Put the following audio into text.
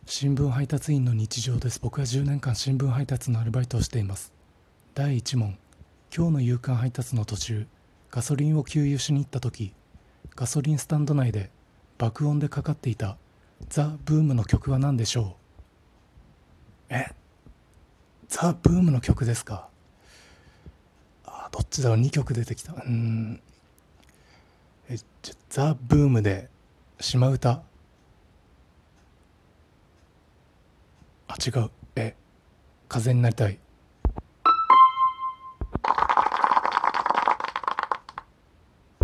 新聞配達員の日常です。僕は10年間新聞配達のアルバイトをしています。第1問。今日の夕刊配達の途中、ガソリンを給油しに行った時、ガソリンスタンド内で爆音でかかっていたザ・ブームの曲は何でしょう？ザ・ブームの曲ですか？どっちだろう。2曲出てきた。ザ・ブームで島唄。違う。風になりたい。